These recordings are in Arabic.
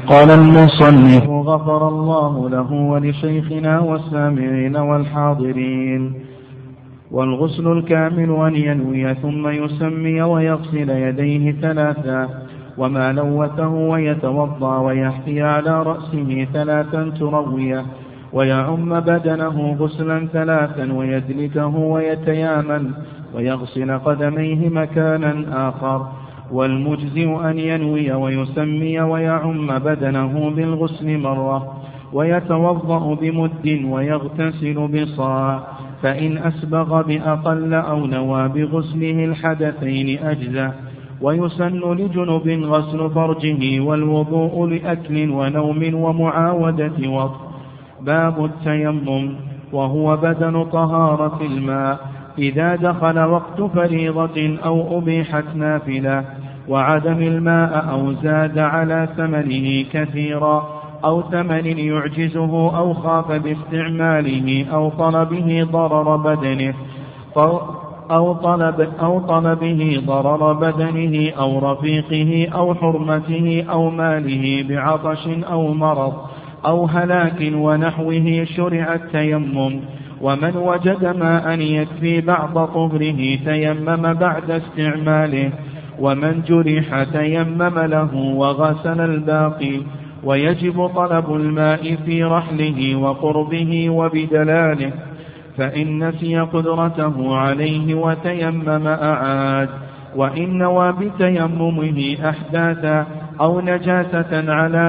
قال المصنف: غفر الله له ولشيخنا والسامعين والحاضرين. والغسل الكامل أن ينوي ثم يسمي ويغسل يديه 3 وما لوثه ويتوضأ ويحفي على رأسه 3 ترويه ويعم بدنه غسلا 3 ويدلكه ويتيامن ويغسل قدميه مكانا آخر. والمجزئ أن ينوي ويسمي ويعم بدنه بالغسل مرة ويتوضأ بمد ويغتسل بصاع، فإن أسبغ بأقل أو نوى بغسله الحدثين أجزأ. ويسن لجنب غسل فرجه والوضوء لأكل ونوم ومعاودة وطء. باب التيمم، وهو بدن طهارة الماء إذا دخل وقت فريضة أو أبيحت نافلة، وعدم الماء أو زاد على ثمنه كثيرا أو ثمن يعجزه أو خاف باستعماله أو طلبه ضرر بدنه أو رفيقه أو حرمته أو ماله بعطش أو مرض أو هلاك ونحوه شرع التيمم. ومن وجد ماء يكفي بعض طهره تيمم بعد استعماله، ومن جرح تيمم له وغسل الباقي. ويجب طلب الماء في رحله وقربه وبدلاله، فإن نسي قدرته عليه وتيمم أعاد. وإن نوى بتيممه أحداثا أو نجاسة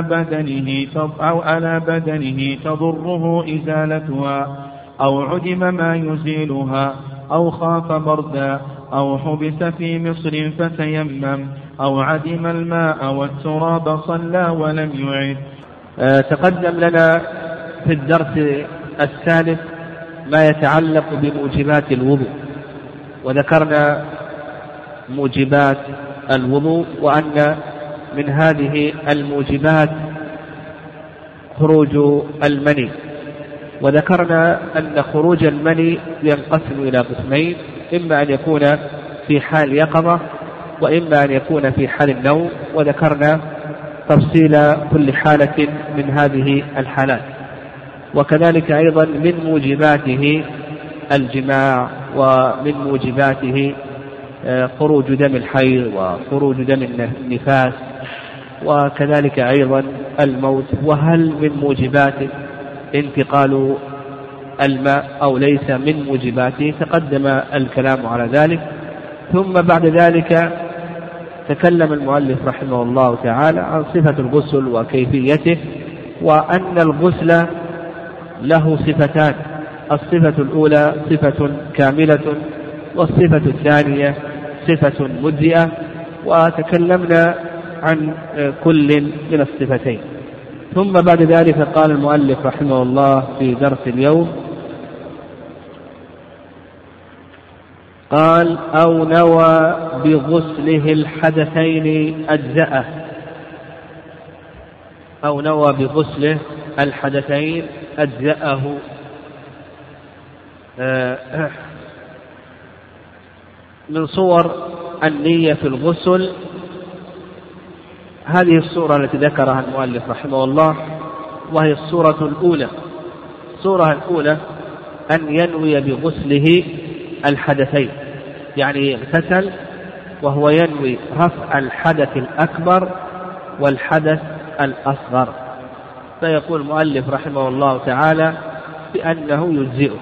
على بدنه تضره إزالتها، أو عدم ما يزيلها، أو خاف بردا، أو حبس في مصر فتيمم، أو عدم الماء والتراب صلى ولم يعد. تقدم لنا في الدرس الثالث ما يتعلق بموجبات الوضوء، وذكرنا موجبات الوضوء وأن من هذه الموجبات خروج المني، وذكرنا أن خروج المني ينقسم إلى قسمين: إما أن يكون في حال يقظة وإما أن يكون في حال النوم، وذكرنا تفصيل كل حالة من هذه الحالات. وكذلك أيضا من موجباته الجماع، ومن موجباته خروج دم الحيض وخروج دم النفاس، وكذلك أيضا الموت. وهل من موجباته انتقال الماء أو ليس من موجباته؟ تقدم الكلام على ذلك. ثم بعد ذلك تكلم المؤلف رحمه الله تعالى عن صفة الغسل وكيفيته، وأن الغسل له صفتان: الصفة الأولى صفة كاملة، والصفة الثانية صفة مجزئة، وتكلمنا عن كل من الصفتين. ثم بعد ذلك قال المؤلف رحمه الله في درس اليوم، قال: أو نوى بغسله الحدثين أجزأه. أو نوى بغسله الحدثين أجزأه. من صور النية في الغسل هذه الصورة التي ذكرها المؤلف رحمه الله، وهي الصورة الأولى. الصورة الأولى أن ينوي بغسله الحدثين، يعني يغتسل وهو ينوي رفع الحدث الأكبر والحدث الأصغر، فيقول المؤلف رحمه الله تعالى بأنه يجزئه،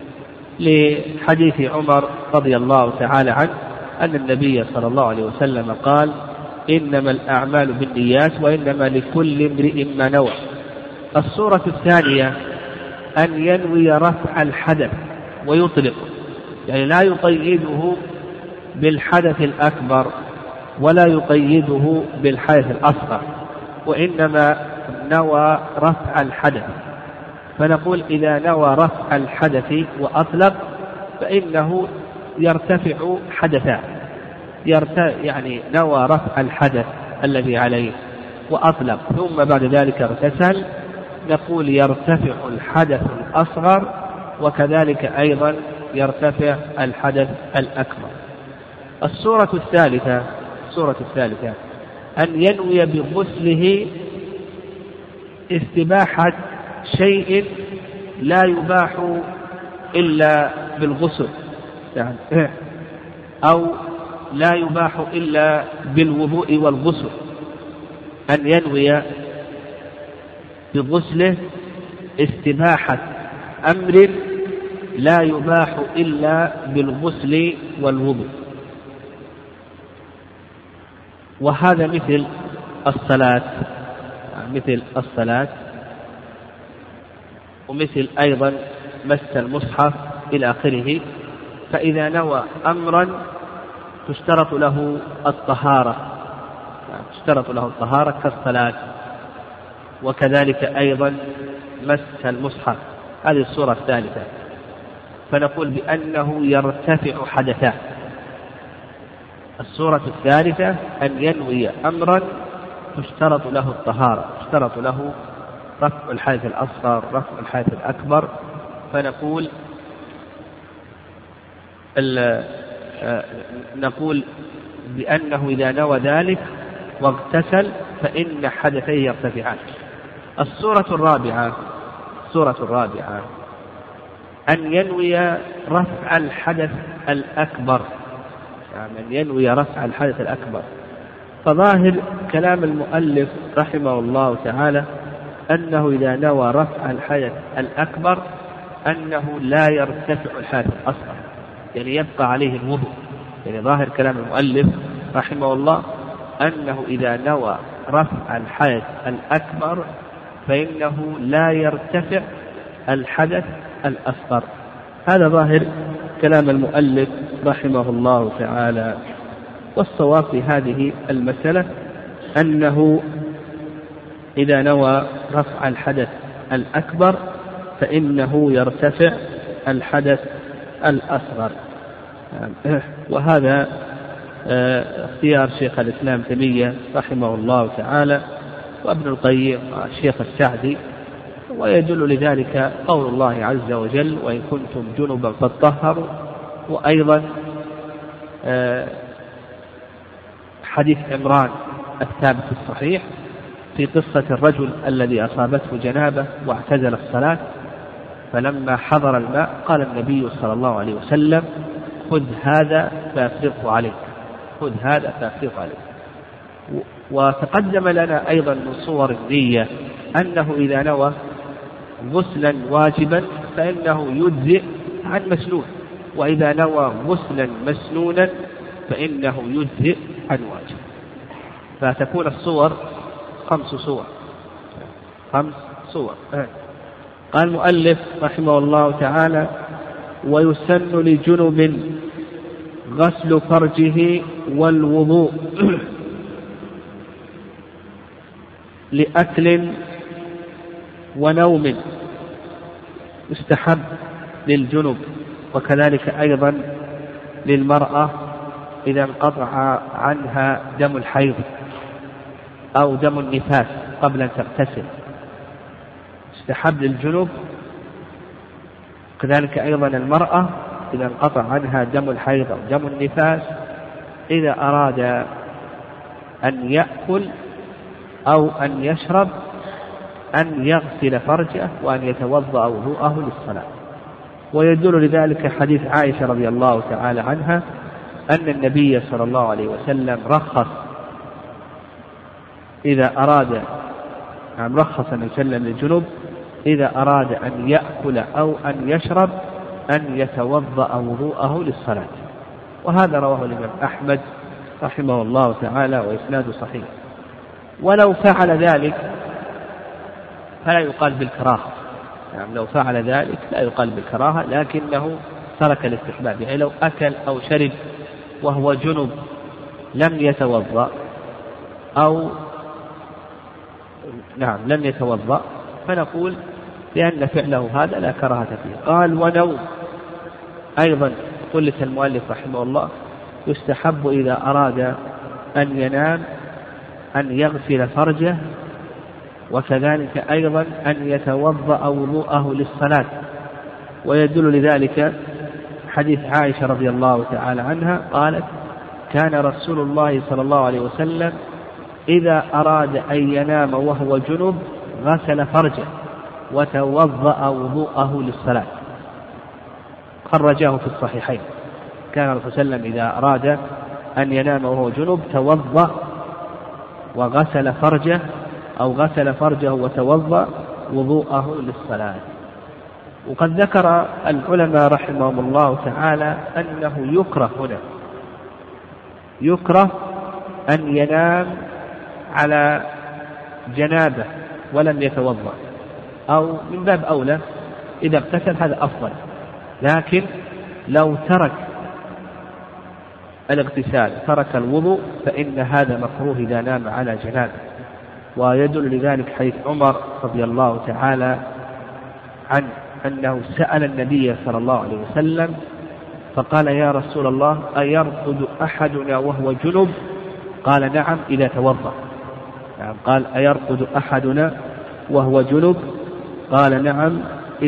لحديث عمر رضي الله تعالى عنه أن النبي صلى الله عليه وسلم قال: إنما الأعمال بالنيات وإنما لكل امرئ ما نوى. الصورة الثانية أن ينوي رفع الحدث ويطلق، يعني لا يقيده بالحدث الأكبر ولا يقيده بالحدث الأصغر، وإنما نوى رفع الحدث. فنقول إذا نوى رفع الحدث وأطلق فإنه يرتفع حدثان، يعني نوى رفع الحدث الذي عليه وأطلق ثم بعد ذلك اغتسل، نقول يرتفع الحدث الأصغر وكذلك أيضا يرتفع الحدث الأكبر. الصورة الثالثة أن ينوي بغسله استباحة شيء لا يباح إلا بالغسل، يعني أو لا يباح إلا بالوضوء والغسل، أن ينوي بغسله استباحة أمر لا يباح إلا بالغسل والوضوء. وهذا مثل الصلاة ومثل أيضا مس المصحف إلى آخره. فإذا نوى أمرا تشترط له الطهارة كالصلاة، وكذلك أيضا مس المصحف. هذه الصورة الثالثة. فنقول بأنه يرتفع حدثان. الصورة الثالثة أن ينوي أمرا تشترط له الطهارة، تشترط له رفع الحدث الأصغر، رفع الحدث الأكبر. فنقول نقول بأنه إذا نوى ذلك واغتسل فإن حدثيه يرتفعان. الصورة الرابعة أن ينوي رفع الحدث الأكبر، يعني أن ينوي رفع الحدث الأكبر. فظاهر كلام المؤلف رحمه الله تعالى أنه إذا نوى رفع الحدث الأكبر أنه لا يرتفع الحدث الأصغر، يعني يبقى عليه الوضوء. يعني ظاهر كلام المؤلف رحمه الله أنه إذا نوى رفع الحدث الأكبر فإنه لا يرتفع الحدث الأصغر. هذا ظاهر كلام المؤلف رحمه الله تعالى. والصواب في هذه المسألة أنه إذا نوى رفع الحدث الأكبر فإنه يرتفع الحدث الأصغر. وهذا اختيار شيخ الإسلام تيمية رحمه الله تعالى وابن القيم والشيخ السعدي. ويدل لذلك قول الله عز وجل: وإن كنتم جنبا فاطهروا. وأيضا حديث عمران الثابت الصحيح في قصة الرجل الذي أصابته جنابة واعتزل الصلاة، فلما حضر الماء قال النبي صلى الله عليه وسلم: خذ هذا فأفرغه عليك. وتقدم لنا أيضا من صور النية أنه إذا نوى غسلا واجبا فإنه يجزئ عن مسنون، وإذا نوى غسلا مسنونا فإنه يجزئ عن واجب. فتكون الصور 5 صور. قال المؤلف رحمه الله تعالى: ويسن لجنب غسل فرجه والوضوء لأكل ونوم. يستحب للجنب وكذلك أيضا للمرأة إذا انقطع عنها دم الحيض أو دم النفاس قبل أن تغتسل، يستحب للجنب كذلك أيضا المرأة إذا انقطع عنها دم الحيض أو دم النفاس، إذا أراد أن يأكل أو أن يشرب أن يغسل فرجه وأن يتوضأ وضوءه للصلاة. ويدل لذلك حديث عائشة رضي الله تعالى عنها أن النبي صلى الله عليه وسلم رخص للجنوب إذا أراد أن يأكل أو أن يشرب أن يتوضأ وضوءه للصلاة. وهذا رواه الإمام أحمد رحمه الله تعالى وإسناده صحيح. ولو فعل ذلك فلا يقال بالكراهة، يعني لو فعل ذلك لا يقال بالكراهة، لكنه ترك الاستحباب. يعني لو أكل أو شرب وهو جنب لم يتوضأ لم يتوضأ فنقول لأن فعله هذا لا كراهة فيه. قال: ونوم أيضا قلت المؤلف رحمه الله يستحب إذا أراد أن ينام أن يغسل فرجه وكذلك أيضا أن يتوضأ وضوءه للصلاة. ويدل لذلك حديث عائشة رضي الله تعالى عنها قالت: كان رسول الله صلى الله عليه وسلم إذا أراد أن ينام وهو جنب غسل فرجه وتوضأ وضوءه للصلاة. خرجاه في الصحيحين. كان الرسول صلى الله عليه وسلم إذا أراد أن ينام وهو جنب توضأ وغسل فرجه أو غسل فرجه وتوضأ وضوءه للصلاة. وقد ذكر العلماء رحمهم الله تعالى أنه يكره أن ينام على جنابه ولم يتوضأ، أو من باب أولى إذا اغتسل هذا أفضل، لكن لو ترك الاغتسال ترك الوضوء فإن هذا مكروه إذا نام على جنابه. ويدل لذلك حديث عمر رضي الله تعالى عنه أنه سأل النبي صلى الله عليه وسلم فقال: يا رسول الله أيرقد أحدنا وهو جنب؟ قال: نعم إذا توضأ. قال: أيرقد أحدنا وهو جنب؟ قال: نعم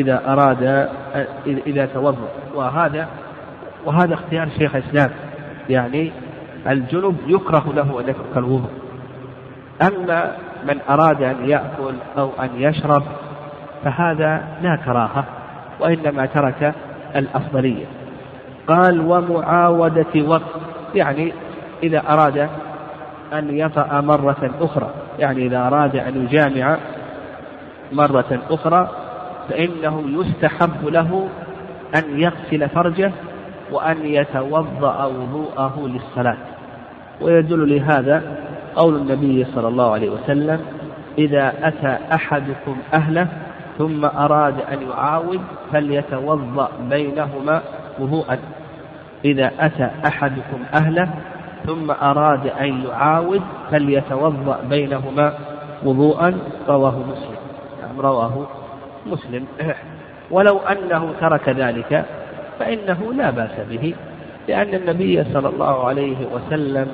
إذا توضأ. وهذا اختيار شيخ الإسلام، يعني الجنب يكره له أن يترك الوضوء. أما من أراد أن يأكل أو أن يشرب فهذا لا كراهة، وإنما ترك الأفضلية. قال: ومعاودة وقت، يعني إذا أراد أن يطأ مرة أخرى، يعني إذا أراد أن يجامع مرة أخرى فإنه يستحب له أن يغسل فرجه وأن يتوضأ وضوءه للصلاة. ويدل لهذا قول النبي صلى الله عليه وسلم: إذا أتى أحدكم أهله ثم أراد أن يعاود فليتوضأ بينهما وضوءا. إذا أتى أحدكم أهله ثم أراد أن يعاود فليتوضأ بينهما وضوءا. رواه مسلم. ولو أنه ترك ذلك فإنه لا بأس به، لأن النبي صلى الله عليه وسلم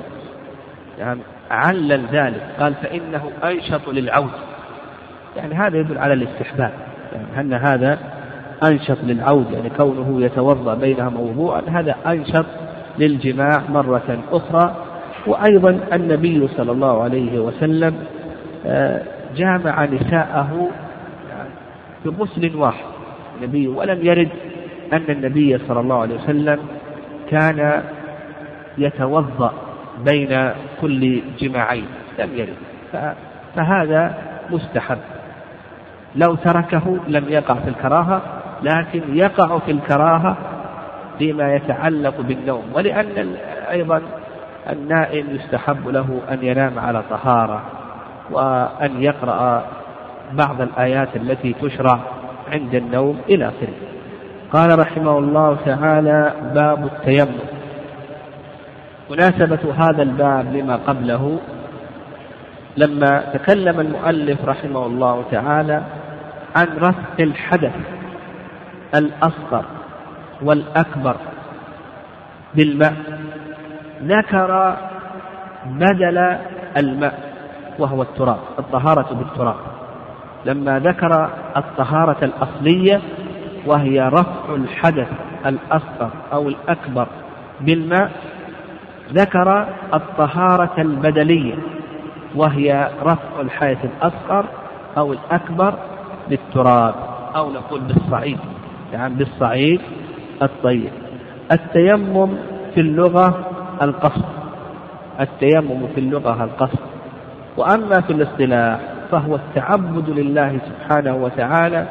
علل ذلك، قال: فإنه أنشط للعود. يعني هذا يدل على الاستحباب، يعني أن هذا أنشط للعود، يعني كونه يتوضأ بينهما وضوءا هذا أنشط للجماع مرة أخرى. وأيضا النبي صلى الله عليه وسلم جامع نساءه في غسل واحد النبي، ولم يرد أن النبي صلى الله عليه وسلم كان يتوضأ بين كل جماعين، لم يرد، فهذا مستحب. لو تركه لم يقع في الكراهة، لكن يقع في الكراهة فيما يتعلق بالنوم، ولأن أيضا النائم يستحب له أن ينام على طهارة وأن يقرأ بعض الآيات التي تشرع عند النوم إلى آخره. قال رحمه الله تعالى: باب التيمم. مناسبة هذا الباب لما قبله، لما تكلم المؤلف رحمه الله تعالى عن رفع الحدث الأصغر والأكبر بالماء، ذكر بدل الماء وهو التراب، الطهارة بالتراب. لما ذكر الطهارة الأصلية وهي رفع الحدث الأصغر أو الأكبر بالماء، ذكر الطهارة البدلية وهي رفع الحدث الأصغر أو الأكبر بالتراب، أو نقول بالصعيد، يعني بالصعيد الطيب. التيمم في اللغة القصد، التيمم في اللغة القصد. وأما في الاصطلاح فهو التعبد لله سبحانه وتعالى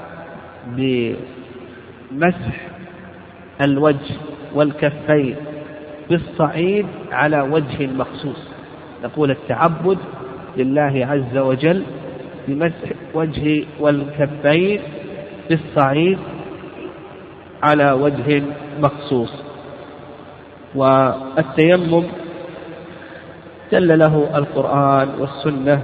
بمسح الوجه والكفين بالصعيد على وجه مخصوص. نقول التعبد لله عز وجل بمسح وجه والكفين بالصعيد على وجه مخصوص. والتيمم دل له القرآن والسنة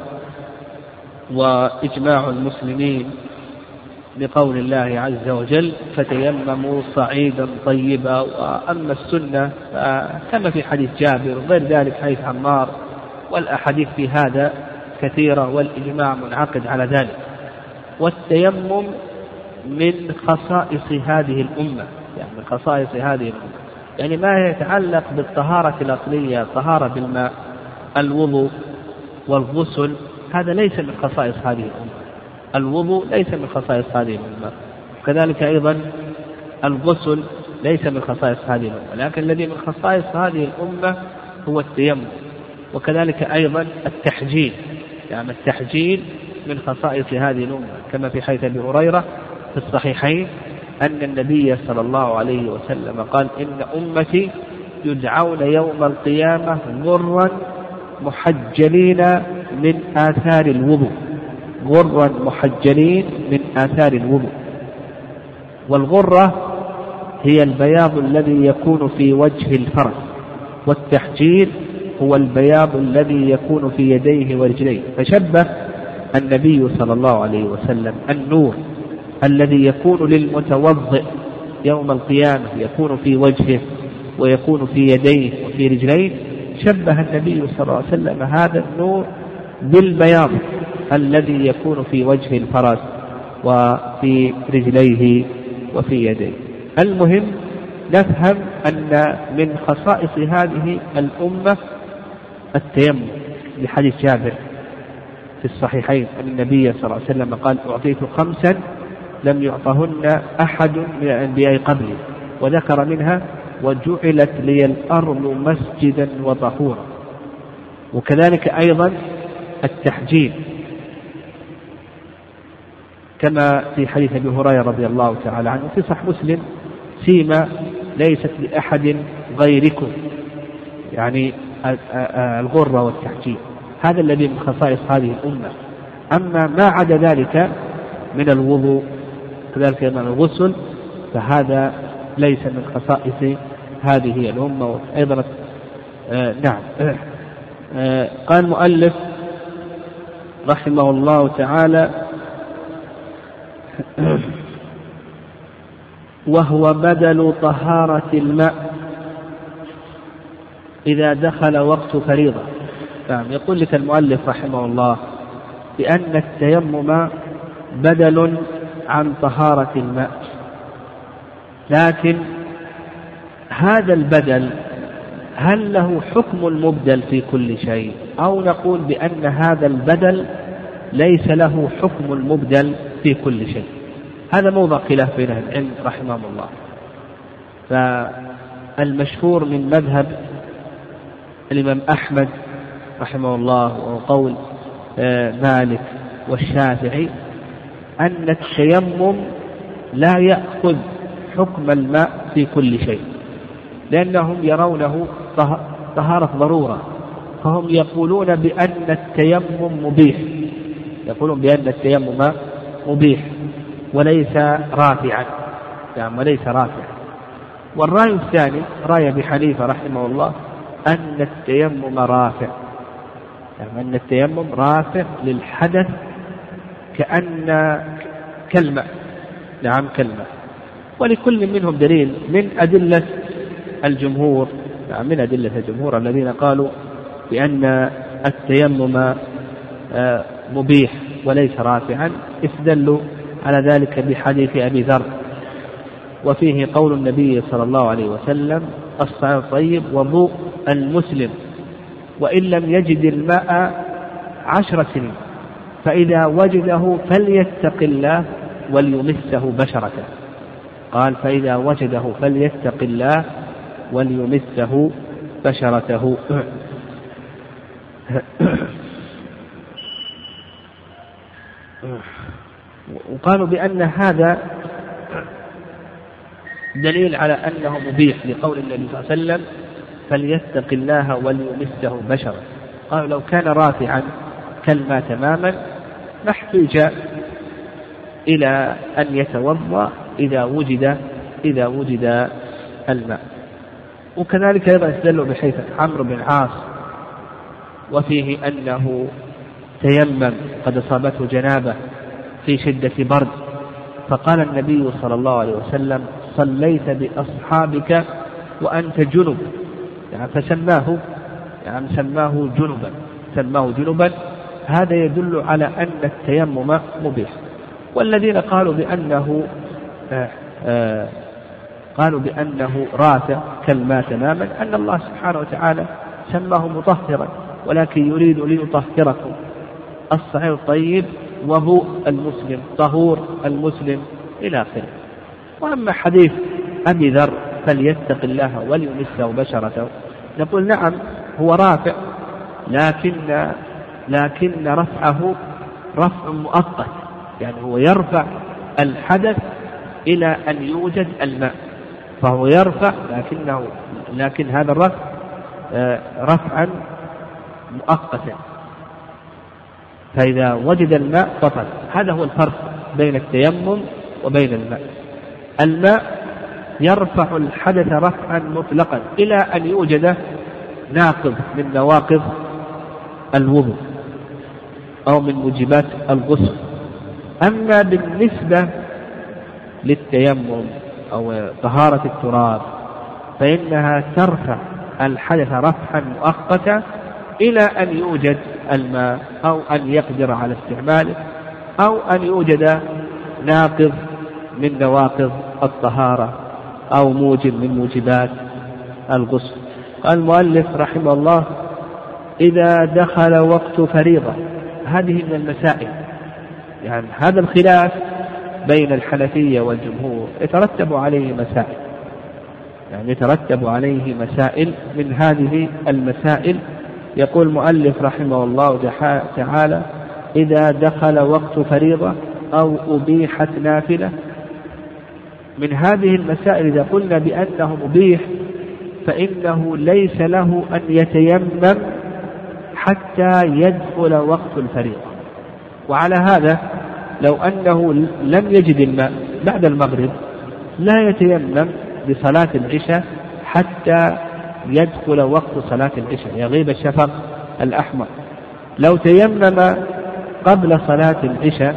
وإجماع المسلمين بقول الله عز وجل: فتيمموا صعيدا طيبا. وأما السنة كما في حديث جابر وغير ذلك حديث عمار، والأحاديث في هذا كثيرة والإجماع منعقد على ذلك. والتيمم من خصائص هذه الأمة، يعني من خصائص هذه الأمة، يعني ما يتعلق بالطهارة الأصلية، الطهارة بالماء، الوضوء والغسل، هذا ليس من خصائص هذه الأمة، الوضوء ليس من خصائص هذه الأمة، وكذلك أيضا الغسل ليس من خصائص هذه الأمة، لكن الذي من خصائص هذه الأمة هو التيمم. وكذلك أيضا التحجيل، يعني التحجيل من خصائص هذه الأمة، كما في حديث أبي هريرة في الصحيحين أن النبي صلى الله عليه وسلم قال: إن أمتي يدعون يوم القيامة غرا محجلين من آثار الوضوء، غرا محجلين من آثار الوضوء. والغرة هي البياض الذي يكون في وجه الفرس، والتحجيل هو البياض الذي يكون في يديه ورجليه. فشبه النبي صلى الله عليه وسلم النور الذي يكون للمتوضئ يوم القيامة يكون في وجهه ويكون في يديه وفي رجليه، شبه النبي صلى الله عليه وسلم هذا النور بالبياض الذي يكون في وجه الفرس وفي رجليه وفي يديه. المهم نفهم أن من خصائص هذه الأمة التيمم، لحديث جابر في الصحيحين أن النبي صلى الله عليه وسلم قال: أعطيت 5 لم يعطهن أحد من الأنبياء قبلي، وذكر منها: وجعلت لي الأرض مسجدا وطهورا. وكذلك أيضا التحجيل، كما في حديث أبي هريرة رضي الله تعالى عنه في صحيح مسلم: سيما ليست لأحد غيركم، يعني الغرة والتحجيل، هذا الذي من خصائص هذه الأمة. أما ما عدا ذلك من الوضوء كذلك من الغسل فهذا ليس من خصائص هذه الأمة. أيضا نعم. قال المؤلف رحمه الله تعالى: وهو بدل طهارة الماء إذا دخل وقت فريضة. نعم. يقول لك المؤلف رحمه الله بأن التيمم بدل عن طهارة الماء، لكن هذا البدل هل له حكم المبدل في كل شيء، أو نقول بأن هذا البدل ليس له حكم المبدل في كل شيء؟ هذا موضع خلاف بين أهل العلم رحمهم الله. فالمشهور من مذهب الإمام أحمد رحمه الله وقول مالك والشافعي أن التيمم لا يأخذ حكم الماء في كل شيء، لأنهم يرونه طهارة ضرورة، فهم يقولون بأن التيمم مبيح، يقولون بأن التيمم مبيح وليس رافعا، يعني وليس رافعا. والرأي الثاني رأي أبي حنيفة رحمه الله أن التيمم رافع، يعني أن التيمم رافع للحدث كأن كالماء، نعم كالماء. ولكل منهم دليل من أدلة الجمهور، يعني من أدلة الجمهور الذين قالوا بأن التيمم مبيح وليس رافعا، استدلوا على ذلك بحديث أبي ذر وفيه قول النبي صلى الله عليه وسلم: الصعيد الطيب وضوء المسلم وإن لم يجد الماء 10 سنين، فإذا وجده فليتق الله وليمسه بشرته. قال: فإذا وجده فليتق الله وليمسه بشرته. وقالوا بأن هذا دليل على أنه مبيح لقول النبي صلى الله عليه وسلم: فليتق الله وليمسه بشرته. قالوا لو كان رافعا كالماء تماما ما احتاج إلى أن يتوضأ إذا وجد الماء. وكذلك أيضا استدلوا بحيث عمرو بن العاص وفيه أنه تيمم قد أصابته جنابة في شدة برد، فقال النبي صلى الله عليه وسلم: صليت بأصحابك وأنت جنب، يعني فسماه سماه جنبا. هذا يدل على أن التيمم مبيح. والذين قالوا بأنه رافع كالماء تماما أن الله سبحانه وتعالى سماه مطهرا، ولكن يريد ليطهركم الصعيد الطيب وضوء المسلم، طهور المسلم إلى آخره. وأما حديث أبي ذر فليتق الله وليمسه بشرته، نقول نعم هو رافع، لكن رفعه رفع مؤقت، يعني هو يرفع الحدث إلى أن يوجد الماء، فهو يرفع لكن هذا الرفع رفعا مؤقتا، فإذا وجد الماء بطل. هذا هو الفرق بين التيمم وبين الماء. الماء يرفع الحدث رفعا مطلقا إلى أن يوجد ناقض من نواقض الوضوء أو من موجبات الغسل. أما بالنسبة للتيمم أو طهارة التراب فإنها ترفع الحدث رفعا مؤقتا إلى أن يوجد الماء أو أن يقدر على استعماله أو أن يوجد ناقض من نواقض الطهارة أو موجب من موجبات الغسل. قال المؤلف رحمه الله: إذا دخل وقت فريضة. هذه من المسائل، يعني هذا الخلاف بين الحنفية والجمهور يترتب عليه مسائل، من هذه المسائل يقول المؤلف رحمه الله تعالى: إذا دخل وقت فريضة أو أبيحت نافلة. من هذه المسائل إذا قلنا بأنه مبيح فإنه ليس له أن يتيمم حتى يدخل وقت الفريضة. وعلى هذا لو أنه لم يجد الماء بعد المغرب لا يتيمم بصلاة العشاء حتى يدخل وقت صلاة العشاء، يغيب الشفق الأحمر. لو تيمم قبل صلاة العشاء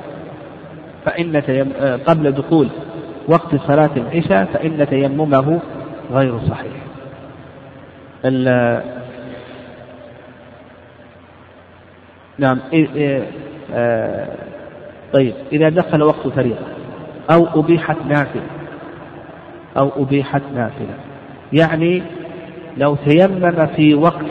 قبل دخول وقت صلاة العشاء فإن تيممه غير صحيح. نعم. طيب، إذا دخل وقت فريضة أو أبيحت نافلة، يعني لو تيمم في وقت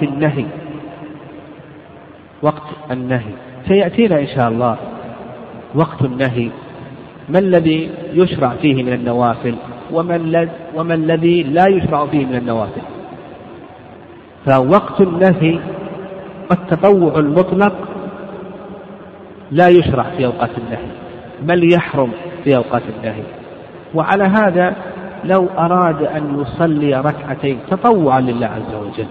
النهي سيأتينا إن شاء الله وقت النهي ما الذي يشرع فيه من النوافل وما الذي لا يشرع فيه من النوافل. فوقت النهي التطوع المطلق لا يشرع في أوقات النهي بل يحرم في أوقات النهي. وعلى هذا لو أراد أن يصلي ركعتين تطوعا لله عز وجل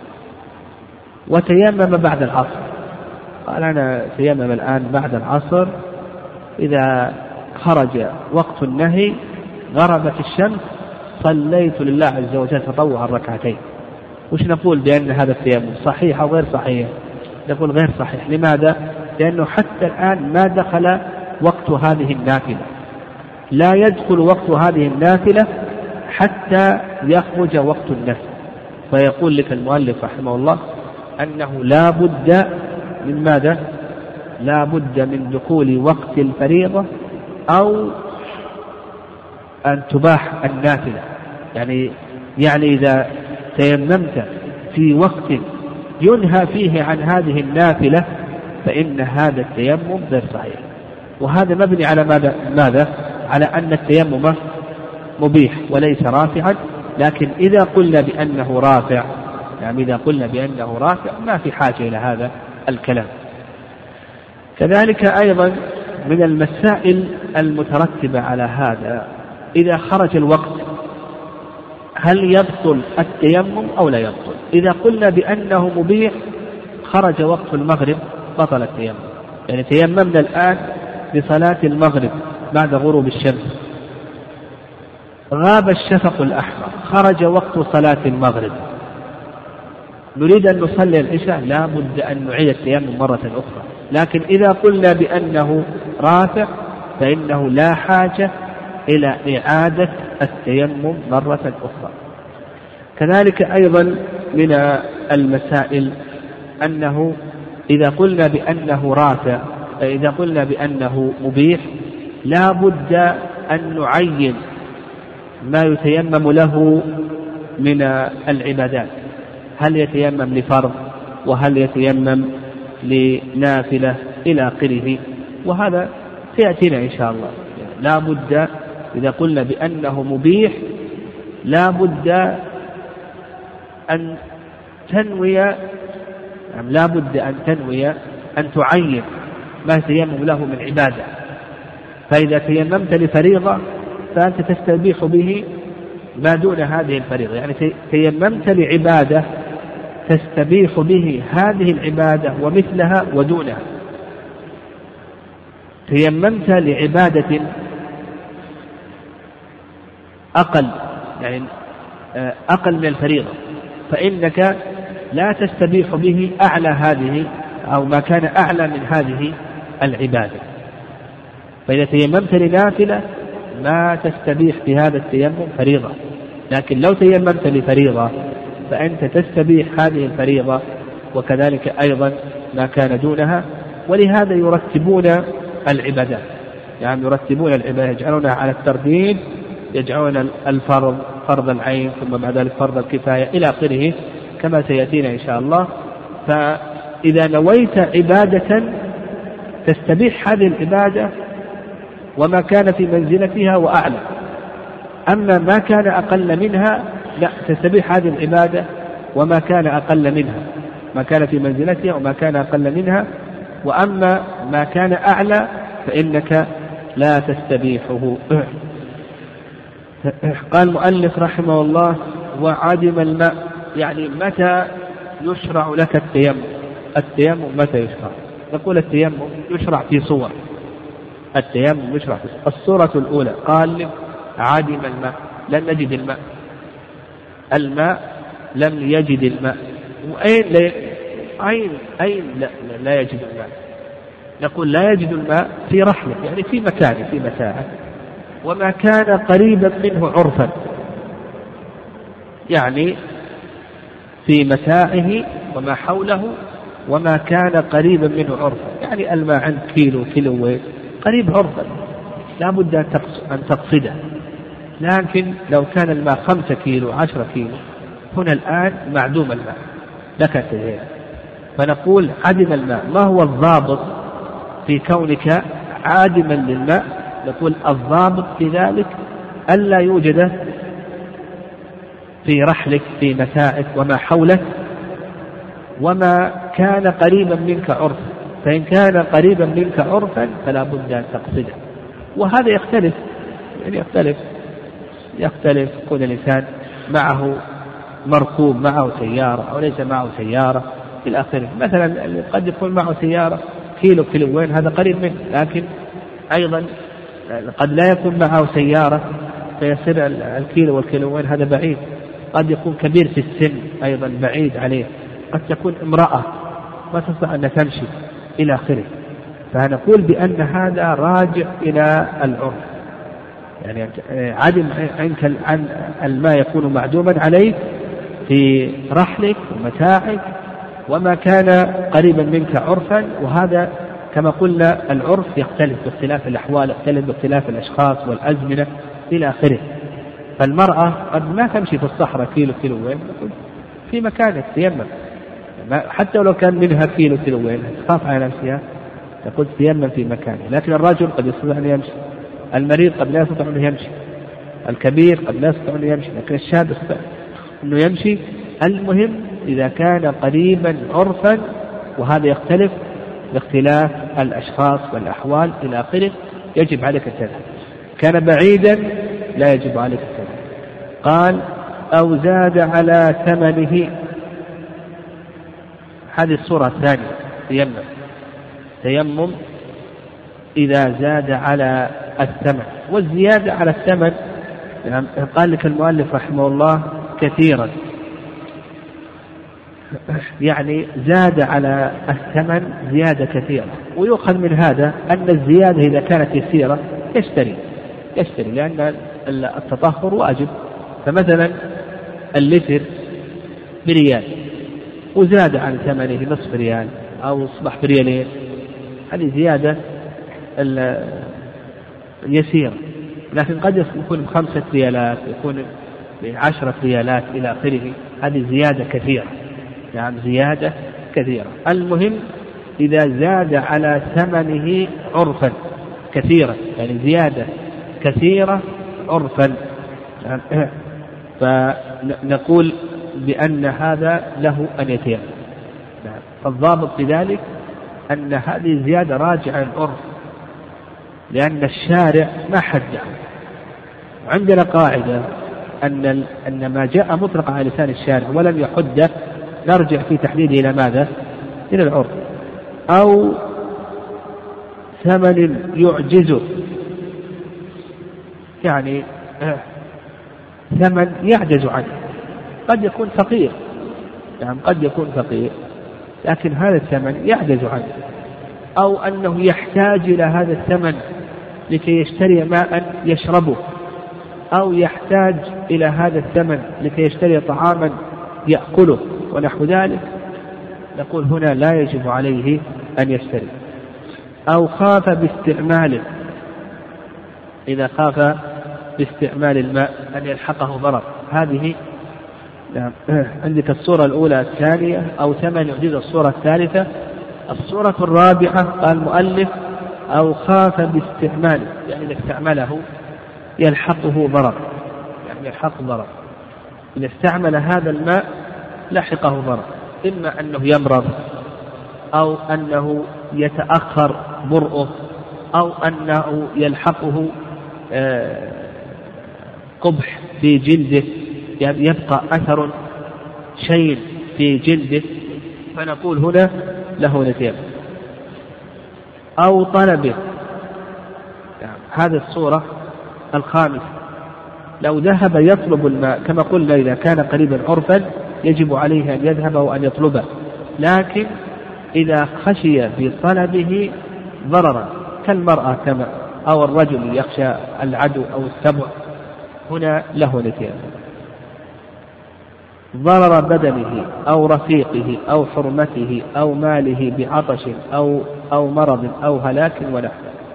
وتيمم بعد العصر، قال أنا تيمم الآن بعد العصر، إذا خرج وقت النهي غربت الشمس صليت لله عز وجل تطوعا ركعتين، وش نقول بأن هذا التيمم صحيح أو غير صحيح؟ نقول غير صحيح. لماذا؟ لأنه حتى الآن ما دخل وقت هذه النافلة، لا يدخل وقت هذه النافلة حتى يخرج وقت النفل. فيقول لك المؤلف رحمه الله أنه لا بد من ماذا؟ لا بد من دخول وقت الفريضة أو أن تباح النافلة. يعني إذا تيممت في وقت ينهى فيه عن هذه النافلة فإن هذا التيمم غير صحيح. وهذا مبني على ماذا؟ على أن التيمم مبيح وليس رافعا. لكن إذا قلنا بأنه رافع، ما في حاجة إلى هذا الكلام. كذلك أيضا من المسائل المترتبة على هذا إذا خرج الوقت هل يبطل التيمم أو لا يبطل؟ إذا قلنا بأنه مبيح خرج وقت المغرب بطل التيمم، يعني تيممنا الآن لصلاة المغرب بعد غروب الشمس، غاب الشفق الأحمر، خرج وقت صلاة المغرب، نريد أن نصلي العشاء لا بد أن نعيد التيمم مرة أخرى. لكن إذا قلنا بأنه رافع فإنه لا حاجة إلى إعادة التيمم مرة أخرى. كذلك أيضا من المسائل أنه إذا قلنا بأنه رافع، إذا قلنا بأنه مبيح لا بد أن نعين ما يتيمم له من العبادات، هل يتيمم لفرض وهل يتيمم لنافلة إلى آخره. وهذا سيأتينا إن شاء الله. لا بد إذا قلنا بأنه مبيح لا بد أن تنوي، لا بد أن تنوي أن تعين ما تيمم له من عبادة. فإذا تيممت لفريضة فأنت تستبيح به ما دون هذه الفريضة، يعني تيممت لعبادة تستبيح به هذه العبادة ومثلها ودونها. تيممت لعبادة أقل، يعني أقل من الفريضة، فإنك لا تستبيح به أعلى هذه أو ما كان أعلى من هذه العبادة. فإذا تيممت لنافلة ما تستبيح بهذا التيمم فريضة، لكن لو تيممت لفريضة فأنت تستبيح هذه الفريضة وكذلك أيضا ما كان دونها. ولهذا يرتبون العبادات، يعني يرتبون العبادات، يجعلونها على الترتيب، يجعلون الفرض فرض العين ثم بعد ذلك فرض الكفاية إلى آخره كما سيأتينا إن شاء الله. فإذا نويت عبادة تستبيح هذه العبادة وما كان في منزلتها وأعلى، أما ما كان أقل منها لا تستبيح هذه العبادة وما كان أقل منها، ما كان في منزلتها وما كان أقل منها، وأما ما كان أعلى فإنك لا تستبيحه. قال المؤلف رحمه الله: وعدم الماء، يعني متى يشرع لك التيمم؟ التيمم متى يشرع؟ نقول التيمم يشرع في صور. التيمم يشرع في صور. الصورة الأولى قال: عدم الماء، لم نجد الماء، الماء لم يجد الماء. أين لا يجد الماء؟ نقول لا يجد الماء في رحله، يعني في مكانه في متاعه، وما كان قريبا منه عرفا، يعني في متاعه وما حوله وما كان قريبا منه عرفا، يعني الماء عند كيلو كيلوين قريب عرفا لا بد أن تقصده. لكن لو كان الماء 5 كيلو 10 كيلو هنا الآن معدوم الماء لك تجاه، فنقول عدم الماء. ما هو الضابط في كونك عادما للماء؟ نقول الضابط في ذلك ألا يوجد في رحلك في متاعك وما حولك وما كان قريبا منك عرفا، فإن كان قريبا منك عرفا فلا بد أن تقصده. وهذا يختلف، يعني يختلف كل الإنسان معه مركوب، معه سيارة أو ليس معه سيارة إلى آخره. مثلا قد يكون معه سيارة كيلو كيلوين هذا قريب منه، لكن أيضا قد لا يكون معه سيارة فيصير الكيلو والكيلوين هذا بعيد. قد يكون كبير في السن أيضا بعيد عليه، قد تكون امرأة ما تستطيع أن تمشي إلى آخره. فنقول بأن هذا راجع إلى العرف، يعني عدم عنك الماء يكون معدوما عليك في رحلك ومتاعك وما كان قريبا منك عرفا. وهذا كما قلنا العرف يختلف باختلاف الأحوال، يختلف باختلاف الأشخاص والأزمنة إلى آخره. فالمرأة قد ما تمشي في الصحراء كيلو كيلوين، في مكانك تيمم، حتى ولو كان منها كيلو كيلوين تخاف على نفسها تقول تيمم في مكانه. لكن الرجل قد يستطيع أن يمشي، المريض قد لا يستطيع أن يمشي، الكبير قد لا يستطيع أن يمشي، لكن الشاب يستطيع أنه يمشي. المهم إذا كان قريبا عرفا، وهذا يختلف باختلاف الأشخاص والأحوال إلى آخره، يجب عليك التيمم. كان بعيدا لا يجب عليك التيمم. قال: أو زاد على ثمنه. هذه الصورة الثانية، تيمم إذا زاد على الثمن. والزيادة على الثمن يعني قال لك المؤلف رحمه الله كثيرا، يعني زاد على الثمن زيادة كثيرة. ويؤخذ من هذا أن الزيادة إذا كانت يسيرة يشتري، لأن التطهر واجب. فمثلا اللتر بريال وزاد عن ثمنه نصف ريال أو أصبح بريالين، هذه زيادة يسيرة. لكن قد يكون 5 ريالات، يكون 10 ريالات إلى آخره، هذه زيادة كثيرة، يعني زيادة كثيرة. المهم إذا زاد على ثمنه عرفا كثيرا، يعني زيادة كثيرة عرفا، فنقول بأن هذا له أن يتيمم. فالضابط في ذلك أن هذه الزيادة راجعة للعرف، لأن الشارع ما حده. عندنا قاعدة أن ما جاء مطلقا على لسان الشارع ولم يحده نرجع في تحديده إلى ماذا؟ إلى العرف. أو ثمن يعجزه، يعني ثمن يعجز عنه، قد يكون فقير، يعني قد يكون فقير لكن هذا الثمن يعجز عنه، أو أنه يحتاج إلى هذا الثمن لكي يشتري ماء يشربه، أو يحتاج إلى هذا الثمن لكي يشتري طعاما يأكله ونحو ذلك، نقول هنا لا يجب عليه أن يشتري. أو خاف باستعماله، إذا خاف باستعمال الماء أن يلحقه ضرر، هذه عندك الصورة الأولى الثانية، أو ثمن يعجز الصورة الثالثة. الصورة الرابعة قال المؤلف أو خاف باستعماله، يعني إذا استعمله يلحقه ضرر، يعني يلحقه ضرر، إذا استعمل هذا الماء لحقه ضرر، إما أنه يمرض، أو أنه يتأخر برؤه، أو أنه يلحقه قبح في جلده، يعني يبقى أثر شيء في جلده، فنقول هنا له نتيجة. أو طلبه، يعني هذه الصورة الخامسة، لو ذهب يطلب الماء كما قلنا إذا كان قريبا عرفا يجب عليه أن يذهب وأن يطلبه، لكن إذا خشي في طلبه ضررا كالمرأة كما أو الرجل يخشى العدو أو السبع، هنا له نتيجة. ضرر بدنه أو رفيقه أو حرمته أو ماله بعطش أو مرض أو هلاك ونحو.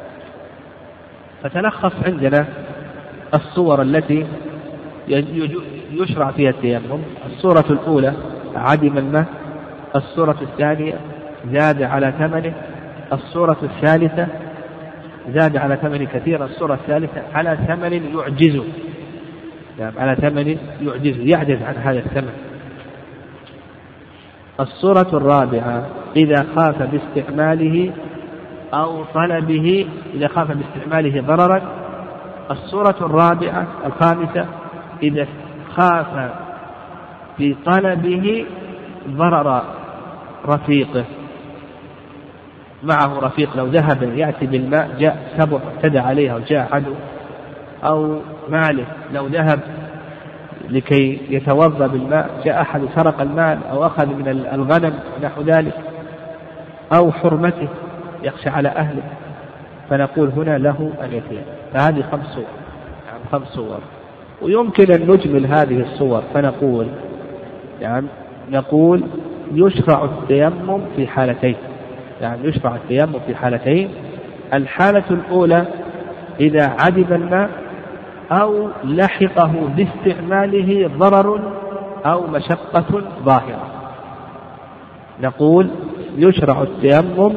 فتلخص عندنا الصور التي يشرع فيها التيمم. الصورة الأولى عدم الماء، الصورة الثانية زاد على ثمنه، الصورة الثالثة زاد على ثمن كثير، الصورة الثالثة على ثمن يعجزه، يعني على ثمن يعجزه، يعجز عن هذا الثمن. الصورة الرابعة إذا خاف باستعماله أو طلبه، إذا خاف باستعماله ضررا. الصورة الرابعة الخامسة إذا خاف بطلبه ضرر رفيقه، معه رفيق لو ذهب يأتي بالماء جاء سبع اعتدى عليه أو جاء عدو، أو ماله لو ذهب لكي يتوضأ بالماء جاء أحد سرق المال أو أخذ من الغنم نحو ذلك، أو حرمته يخشى على أهله، فنقول هنا له أن يتيمم. فهذه 5 صور، يعني 5 صور، ويمكن أن نجمل هذه الصور فنقول نقول يشرع التيمم في حالتين، يعني يشرع التيمم في حالتين. الحالة الأولى إذا عدم الماء أو لحقه باستعماله ضرر أو مشقة ظاهرة، نقول يشرع التيمم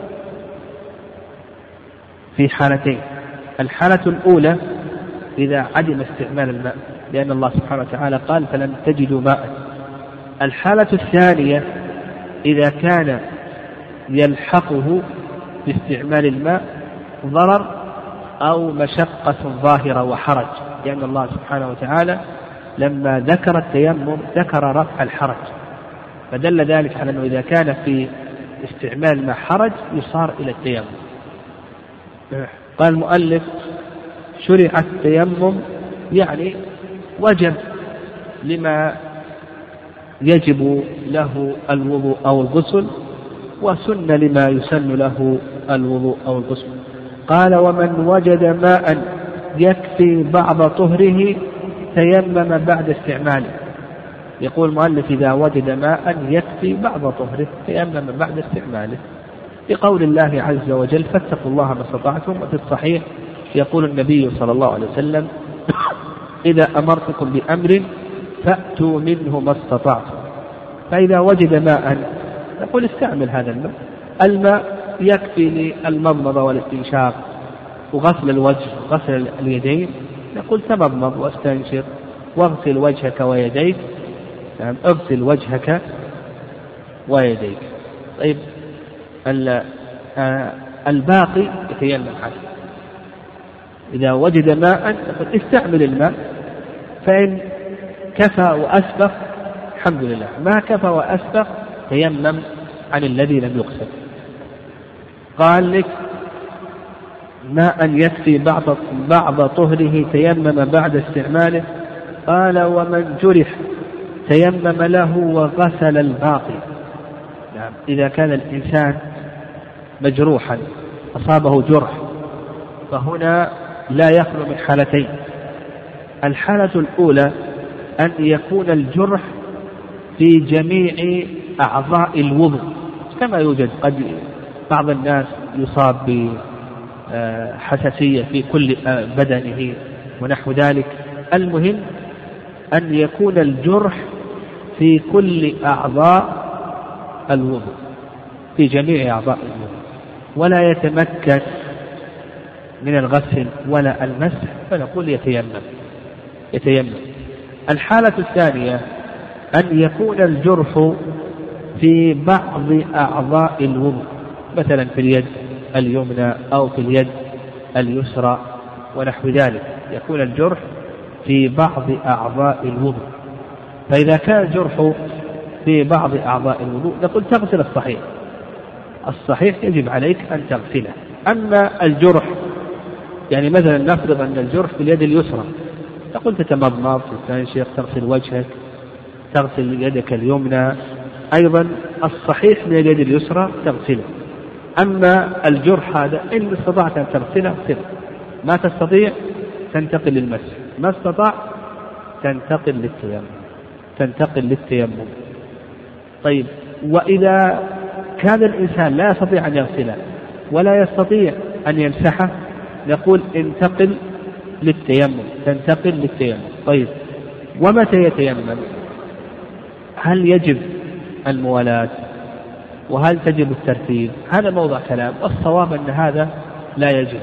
في حالتين. الحالة الأولى إذا عدم استعمال الماء، لأن الله سبحانه وتعالى قال فلم تجدوا ماء. الحالة الثانية إذا كان يلحقه باستعمال الماء ضرر أو مشقة ظاهرة وحرج، لأن الله سبحانه وتعالى لما ذكر التيمم ذكر رفع الحرج، فدل ذلك على أنه إذا كان في استعمال ما حرج يصار إلى التيمم. قال المؤلف شرع التيمم، يعني وجب لما يجب له الوضوء أو الغسل، وسن لما يسن له الوضوء أو الغسل. قال ومن وجد ماء يكفي بعض طهره تيمم بعد استعماله. يقول المؤلف إذا وجد ماء يكفي بعض طهره تيمم بعد استعماله، بقول الله عز وجل فاتقوا الله ما استطعتم. وفي الصحيح يقول النبي صلى الله عليه وسلم إذا أمرتكم بأمر فأتوا منه ما استطعتم. فإذا وجد ماء نقول استعمل هذا الماء، الماء يكفي للمضمضة والاستنشاق وغسل الوجه وغسل اليدين، نقول تمضمض واستنشق واغسل وجهك ويديك، يعني اغسل وجهك ويديك. طيب الباقي يتيمم عنه. إذا وجد ماء استعمل الماء، فإن كفى وأسبق الحمد لله، ما كفى وأسبق تيمم عن الذي لم يغسل. قال لك ماء يكفي بعض طهره تيمم بعد استعماله. قال ومن جرح تيمم له وغسل الباقي. يعني إذا كان الإنسان مجروحا أصابه جرح، فهنا لا يخلو من حالتين. الحالة الأولى أن يكون الجرح في جميع أعضاء الوضوء، كما يوجد قد بعض الناس يصاب بحساسية في كل بدنه ونحو ذلك. المهم أن يكون الجرح في كل أعضاء الوضوء، في جميع أعضاء الوضوء، ولا يتمكن من الغسل ولا المسح، فنقول يتيمم. الحالة الثانية أن يكون الجرح في بعض أعضاء الوضوء، مثلا في اليد اليمنى أو في اليد اليسرى ونحو ذلك، يكون الجرح في بعض أعضاء الوضوء. فإذا كان الجرح في بعض أعضاء الوضوء نقول تغسل الصحيح يجب عليك أن تغسله. أما الجرح، يعني مثلا نفرض أن الجرح في اليد اليسرى، تقول تتمضمض، تستنشق، تغسل وجهك، تغسل يدك اليمنى، أيضا الصحيح من اليد اليسرى تغسله. أما الجرح هذا إن استطعت أن تغسله اغسله، ما تستطيع تنتقل للمسح، ما استطاع تنتقل للتيمم. طيب، وإذا كان الإنسان لا يستطيع أن يغسله ولا يستطيع أن يمسحه، نقول تنتقل للتيمم. طيب، ومتى يتيمم؟ هل يجب الموالاة وهل تجب الترتيب؟ هذا موضع كلام، والصواب أن هذا لا يجب،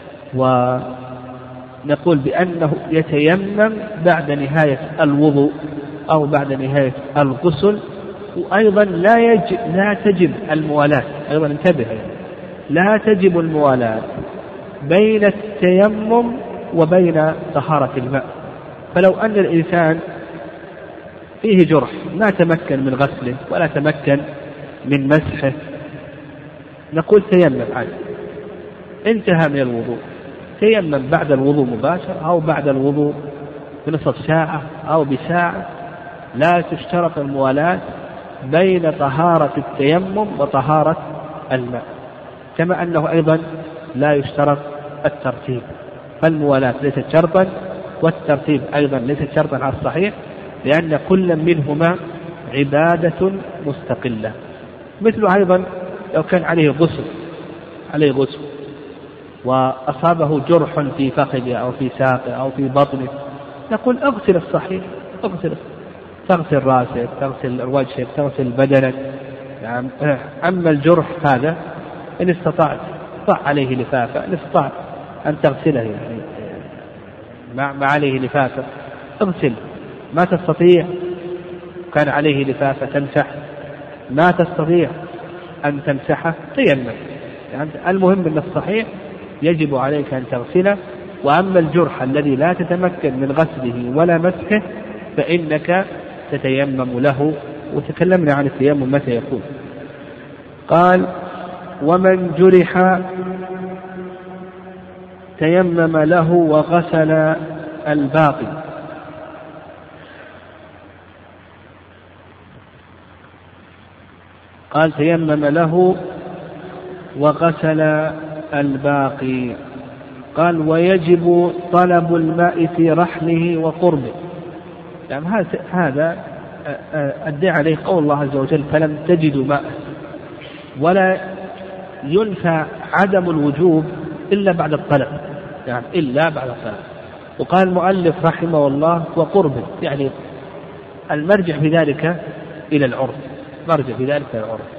ونقول بأنه يتيمم بعد نهاية الوضوء أو بعد نهاية الغسل. وأيضا لا تجب الموالاة، أيضا انتبه، لا تجب الموالاة بين التيمم وبين طهارة الماء. فلو أن الإنسان فيه جرح ما تمكن من غسله ولا تمكن من مسحه، نقول تيمم عنه، انتهى من الوضوء، تيمم بعد الوضوء مباشرة أو بعد الوضوء بنصف ساعة أو بساعة. لا تشترط الموالاة بين طهارة التيمم وطهارة الماء، كما أنه أيضا لا يشترط الترتيب، فالموالاة ليست شرطا والترتيب أيضا ليست شرطا على الصحيح، لأن كل منهما عبادة مستقلة. مثل أيضا لو كان عليه غسل وأصابه جرح في فخذه أو في ساقه أو في بطنه، نقول اغسل الصحيح، تغسل راسك، تغسل وجهك، تغسل بدنك. يعني أما الجرح هذا إن استطعت ضع عليه لفافة، إن استطعت أن تغسله يعني ما عليه لفافة اغسل، ما تستطيع كان عليه لفافة تمسح، ما تستطيع أن تمسحه تيمم. يعني المهم أن الصحيح يجب عليك أن تغسله. وأما الجرح الذي لا تتمكن من غسله ولا مسحه فإنك تتيمم له، وتكلمنا عن التيمم متى يكون. قال ومن جرح تيمم له وغسل الباقي. قال تيمم له وغسل الباقي. قال ويجب طلب الماء في رحله وقربه. يعني هذا أدعى عليه قول الله عز وجل فلم تجدوا ماء، ولا ينفى عدم الوجوب إلا بعد الطلب، يعني إلا بعد الطلب. وقال المؤلف رحمه الله وقربه، يعني المرجع في ذلك إلى العرف،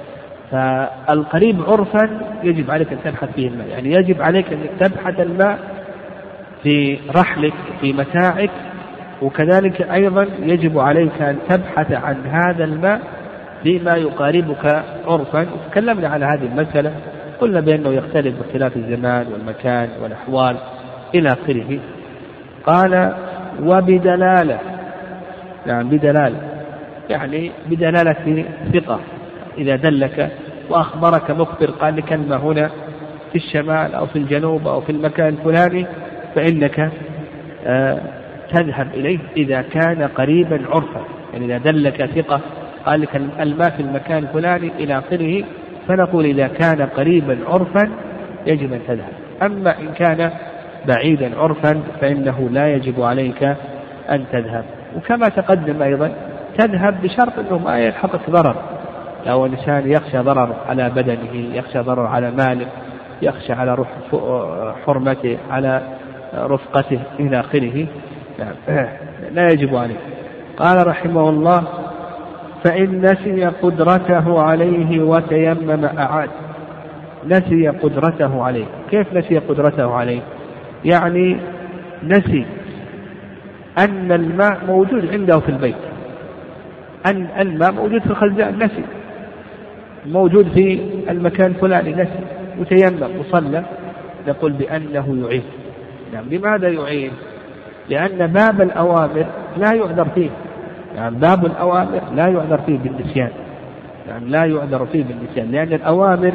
فالقريب عرفا يجب عليك أن تبحث فيه الماء، يعني يجب عليك أن تبحث الماء في رحلك في متاعك، وكذلك أيضا يجب عليك أن تبحث عن هذا الماء فيما يقاربك عرفا. وتكلمنا على هذه المسألة، قلنا بأنه يختلف باختلاف الزمان والمكان والأحوال إلى آخره. قال وبدلالة، يعني بدلالة يعني بدلالة ثقة، إذا دلك وأخبرك مخبر قال لك كلمة هنا في الشمال أو في الجنوب أو في المكان الفلاني فإنك تذهب إليه إذا كان قريبا عرفا، يعني إذا دلك ثقة قال لك الماء في المكان الفلاني إلى آخره، فنقول إذا كان قريبا عرفا يجب أن تذهب. أما إن كان بعيدا عرفا فإنه لا يجب عليك أن تذهب. وكما تقدم أيضا تذهب بشرط أنه ما يلحقك ضرر، لو الإنسان يخشى ضرر على بدنه، يخشى ضرر على ماله، يخشى على حرمته، على رفقته إلى آخره، لا يجب عليه. قال رحمه الله فإن نسي قدرته عليه وتيمم أعاد. نسي قدرته عليه، كيف نسي قدرته عليه؟ يعني نسي أن الماء موجود عنده في البيت، أن الماء موجود في الخزان نسي، موجود في المكان الفلاني نسي، وتيمم وصلى، نقول بأنه يعيد. يعني لماذا يعيد؟ لأن باب الأوامر لا يعذر فيه، يعني باب الأوامر لا يعذر فيه بالنسيان، يعني لا يعذر فيه بالنسيان، لأن الأوامر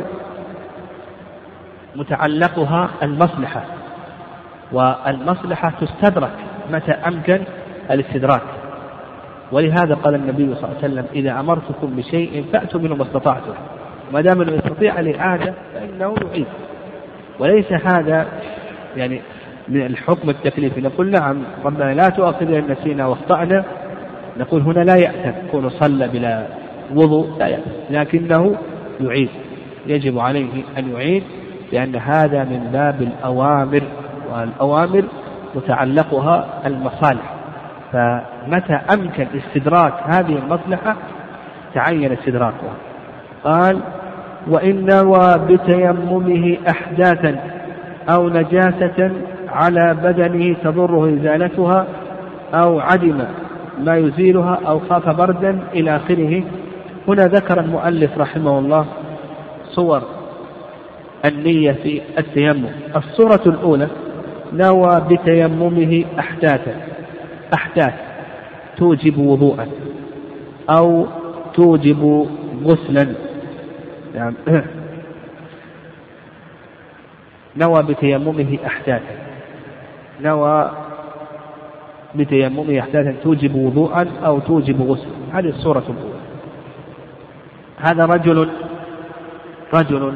متعلقها المصلحة، والمصلحة تستدرك متى أمكن الاستدراك. ولهذا قال النبي صلى الله عليه وسلم إذا أمرتكم بشيء فأتوا منه ما استطعتم، ما دام أنه يستطيع الإعادة فإنه يعيد. وليس هذا يعني من الحكم التكليفي، نقول نعم ربنا لا تؤاخذنا إن نسينا واخطأنا، نقول هنا لا يأتم يكون صلى بلا وضوء، لا يأتم، لكنه يعيد، يجب عليه أن يعيد، لأن هذا من باب الأوامر، والأوامر متعلقها المصالح، فمتى أمكن استدراك هذه المصلحة تعين استدراكها. قال وإن نوى بتيممه أحداثا أو نجاسة على بدنه تضره إزالتها أو عدم ما يزيلها أو خاف بردا إلى آخره. هنا ذكر المؤلف رحمه الله صور النية في التيمم. الصورة الأولى نوى بتيممه أحداثا، أحداث توجب وضوءا أو توجب غسلا، يعني نوى بتيممه أحداثا، نوى بتيممه أحداثا توجب وضوءا أو توجب غسلا، هذه الصورة الأولى. هذا رجل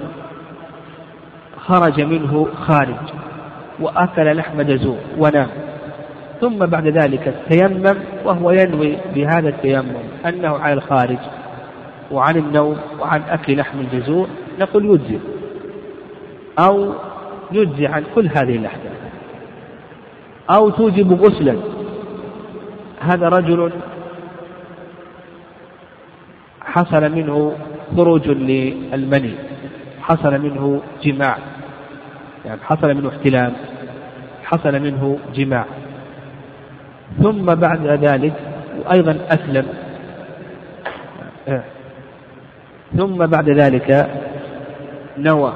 خرج منه خارج وأكل لحم جزور ونام، ثم بعد ذلك تيمم وهو ينوي بهذا التيمم أنه على الخارج وعن النوم وعن أكل لحم الجزور، نقول يجزي أو يجزي عن كل هذه الأحداث أو توجب غسلا. هذا رجل حصل منه خروج للمني، حصل منه جماع، يعني حصل منه احتلام، حصل منه جماع، ثم بعد ذلك أيضا أسلم، ثم بعد ذلك نوى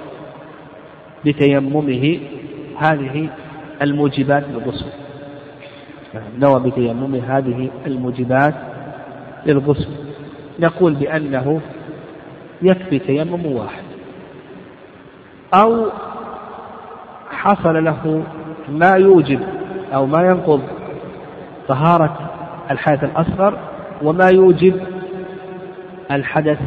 بتيممه هذه الموجبات للغسل، نوى بتيممه هذه الموجبات للغسل، نقول بأنه يكفي تيمم واحد. أو حصل له ما يوجب أو ما ينقض طهارة الحدث الأصغر وما يوجب الحدث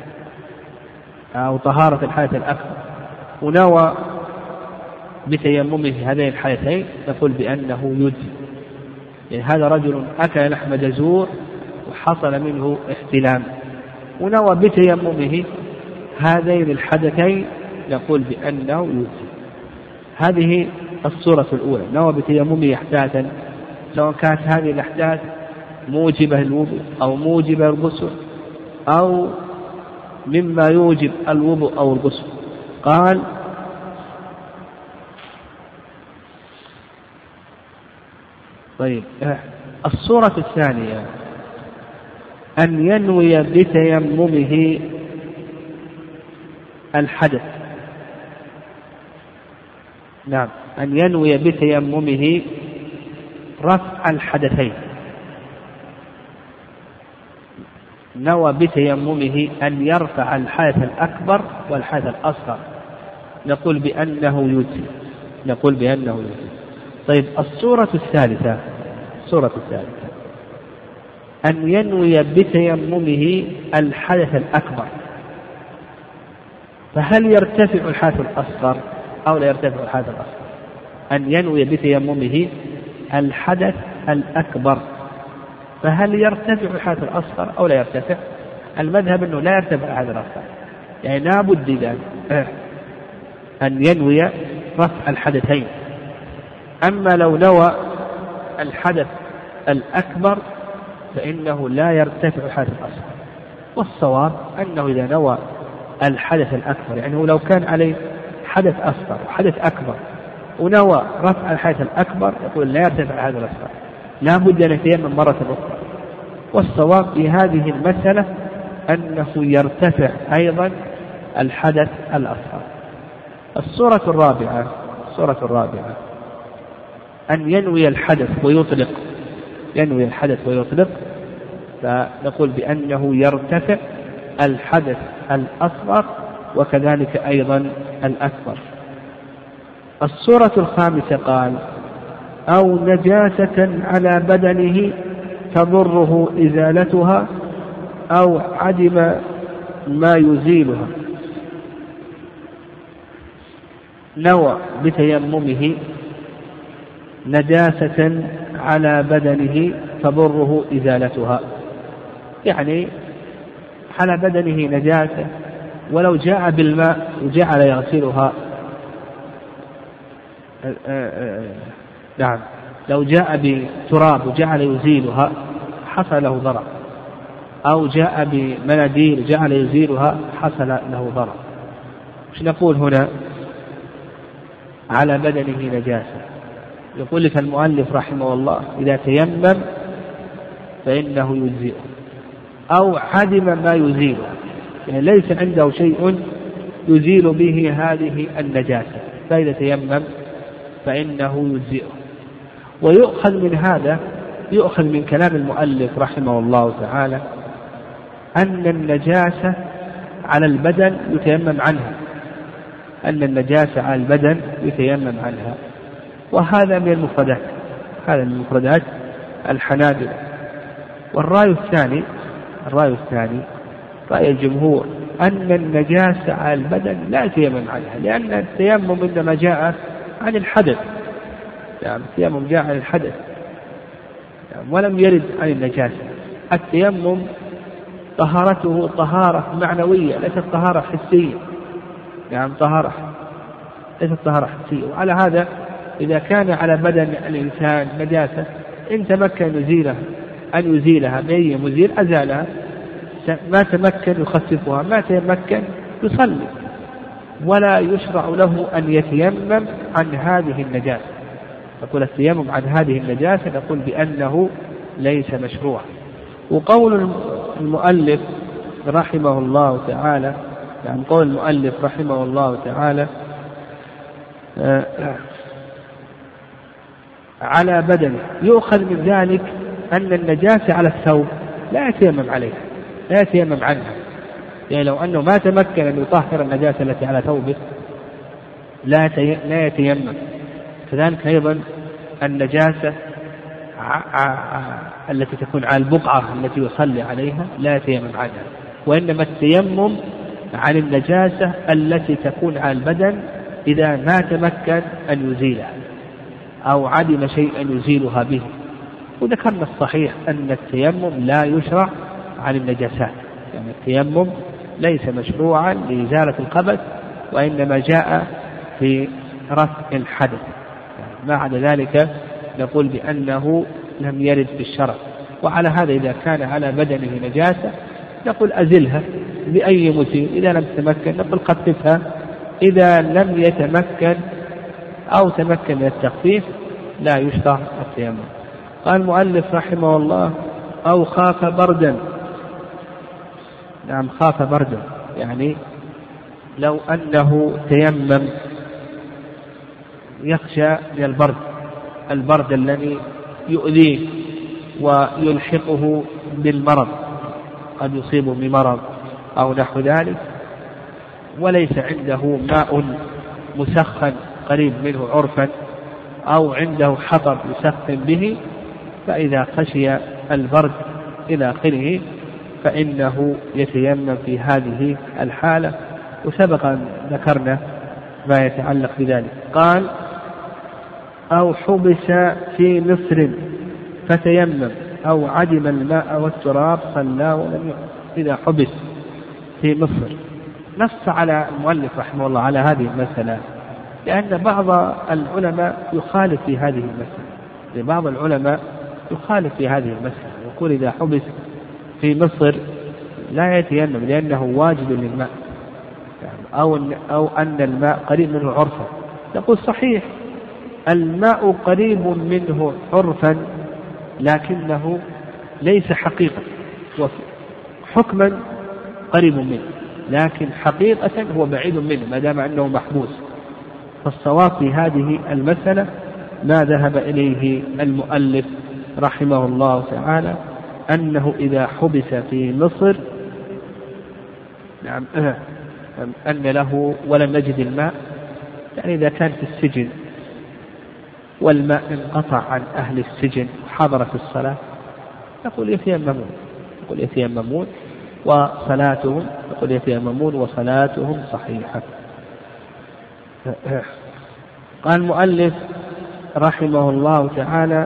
أو طهارة الحدث الأكبر، ونوى بتيممه هذين الحالتين نقول بأنه يجزي. يعني هذا رجل أكل لحم جزور وحصل منه احتلام، ونوى بتيممه هذين الحدثين نقول بأنه يجزي. هذه الصورة الأولى، نوى بتيممه أحداثا، سواء كانت هذه الأحداث موجبة الوضوء أو موجبة الغسل أو مما يوجب الوضوء أو الغسل. قال طيب الصورة الثانية أن ينوي بتيممه الحدث. نعم، أن ينوي بتيممه رفع الحدثين. نوى بتيممه أن يرفع الحدث الأكبر والحدث الأصغر، نقول بأنه يجزئ. طيب الصورة الثالثة أن ينوي بتيممه الحدث الأكبر، فهل يرتفع الحدث الأصغر أو لا يرتفع الحدث الأصغر؟ أن ينوي بتيممه الحدث الأكبر، فهل يرتفع الحدث الأصغر أو لا يرتفع؟ المذهب أنه لا يرتفع الحدث الأصغر، يعني لا بد أن ينوي رفع الحدثين. أما لو نوى الحدث الأكبر فإنه لا يرتفع الحدث الأصغر. والصواب أنه إذا نوى الحدث الأكبر، يعني لو كان عليه حدث أصغر وحدث أكبر ونوى رفع الحدث الأكبر يقول لا يرتفع الحدث الأصغر، لا بد أن يتيمم مرة أخرى. والصواب في هذه المسألة أنه يرتفع أيضا الحدث الأصغر. الصورة الرابعة أن ينوي الحدث ويطلق، فنقول بأنه يرتفع الحدث الأصغر وكذلك أيضا الأكبر. الصورة الخامسة قال أو نجاسة على بدنه تضره إزالتها أو عدم ما يزيلها. نوى بتيممه نجاسة على بدنه تضره إزالتها، يعني على بدنه نجاسة ولو جاء بالماء وجعل يغسلها، نعم، لو جاء بتراب وجعل يزيلها حصل له ضرر، أو جاء بمناديل جعل يزيلها حصل له ضرر. مش نقول هنا على بدنه نجاسة؟ يقول لك المؤلف رحمه الله إذا تيمم فإنه يجزئه، أو عدم ما يزيله، يعني ليس عنده شيء يزيل به هذه النجاسة، فإذا تيمم فإنه يجزئه. ويؤخذ من هذا، يؤخذ من كلام المؤلف رحمه الله تعالى أن النجاسة على البدن يتيمم عنها، وهذا من المفردات، الحنابلة. والرأي الثاني رأي الجمهور أن النجاسة على البدن لا يتيمم عنها، لأن التيمم إنما جاء عن الحدث، يعني التيمم جاء عن الحدث يعني ولم يرد عن النجاسة. التيمم طهارته طهارة معنوية ليست طهارة حسية، يعني ليست طهارة حسية. وعلى هذا إذا كان على بدن الإنسان نجاسة إن تمكن أن يزيلها بأي مزيل أزالها، ما تمكن يخففها، ما تمكن يصلي، ولا يشرع له أن يتيمم عن هذه النجاسة. نقول التيمم عن هذه النجاسة نقول بأنه ليس مشروعا. وقول المؤلف رحمه الله تعالى، يعني قول المؤلف رحمه الله تعالى على بدنه، يؤخذ من ذلك أن النجاسة على الثوب لا يتيمم عنها، يعني لو أنه ما تمكن أن يطهر النجاسة التي على ثوبه لا يتيمم. كذلك أيضا النجاسة التي تكون على البقعة التي يصلي عليها لا يتيمم عنها، وإنما التيمم عن النجاسة التي تكون على البدن إذا ما تمكن أن يزيلها أو عدم شيئا يزيلها به. وذكرنا الصحيح أن التيمم لا يشرع عن النجاسات، يعني التيمم ليس مشروعا لإزالة الخبث، وإنما جاء في رفع الحدث، يعني ما عدا ذلك نقول بأنه لم يرد في الشرع. وعلى هذا إذا كان على بدنه نجاسة نقول أزلها، بأي مزيل. إذا لم تتمكن نقول خففها، إذا لم يتمكن أو تمكن من التخفيف لا يشرع التيمم. قال المؤلف رحمه الله أو خاف بردا. نعم خاف بردا، يعني لو أنه تيمم يخشى من البرد الذي يؤذيه ويلحقه بالمرض، قد يصيبه بمرض أو نحو ذلك، وليس عنده ماء مسخن قريب منه عرفا أو عنده حطب يسخن به، فإذا خشي البرد إلى آخره فإنه يتيمم في هذه الحالة، وسبق أن ذكرنا ما يتعلق بذلك. قال أو حبس في مصر فتيمم أو عدم الماء والتراب صلى ولم يعد. إذا حبس في مصر، نص على المؤلف رحمه الله على هذه المسألة، لأن بعض العلماء يخالف في هذه المسألة، بعض العلماء يخالف في هذه المسألة، يقول إذا حبس في مصر لا يتيمم لأنه واجب للماء، أو أن الماء قريب منه عرفا. نقول صحيح الماء قريب منه عرفا لكنه ليس حقيقة، وحكما قريب منه لكن حقيقة هو بعيد منه ما دام أنه محبوس. فالصواب في هذه المسألة ما ذهب إليه المؤلف رحمه الله تعالى، أنه إذا حبس في مصر نعم أن له ولم نجد الماء، يعني إذا كان في السجن والماء انقطع عن أهل السجن وحضرت الصلاة نقول يتيممون وصلاتهم صحيحة. قال المؤلف رحمه الله تعالى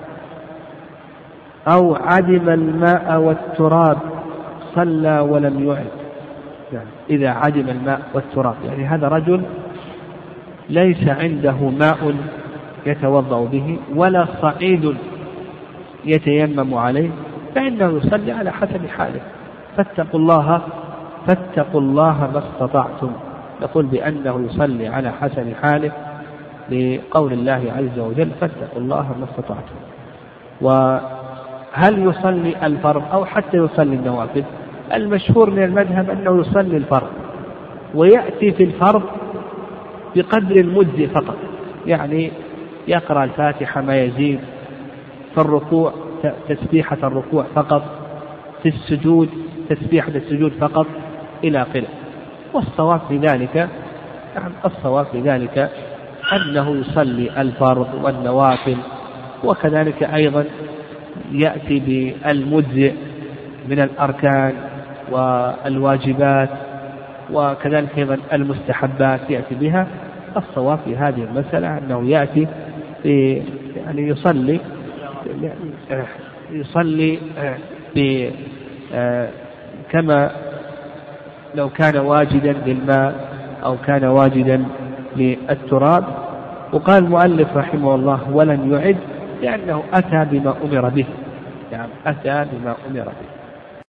أو عدم الماء والتراب صلى ولم يعد. يعني إذا عدم الماء والتراب، يعني هذا رجل ليس عنده ماء يتوضأ به ولا صعيد يتيمم عليه، فإنه يصلي على حسب حاله. فاتقوا الله ما استطعتم، نقول بأنه يصلي على حسب حاله لقول الله عز وجل فاتقوا الله ما استطعتم. وهل يصلي الفرض أو حتى يصلي النوافل؟ المشهور من المذهب أنه يصلي الفرض، ويأتي في الفرض بقدر المجزئ فقط، يعني يقرأ الفاتحة ما يزيد، في الركوع تسبيحة الركوع فقط، في السجود تسبيحة السجود فقط إلى آخره. والصواب في ذلك أنه يصلي الفرض والنوافل، وكذلك أيضا يأتي بالمجزئ من الأركان والواجبات، وكذلك أيضا المستحبات يأتي بها. الصواب في هذه المسألة أنه يأتي يعني يصلي كما لو كان واجدا للماء أو كان واجدا للتراب. وقال المؤلف رحمه الله ولن يعد، لأنه أتى بما أمر به،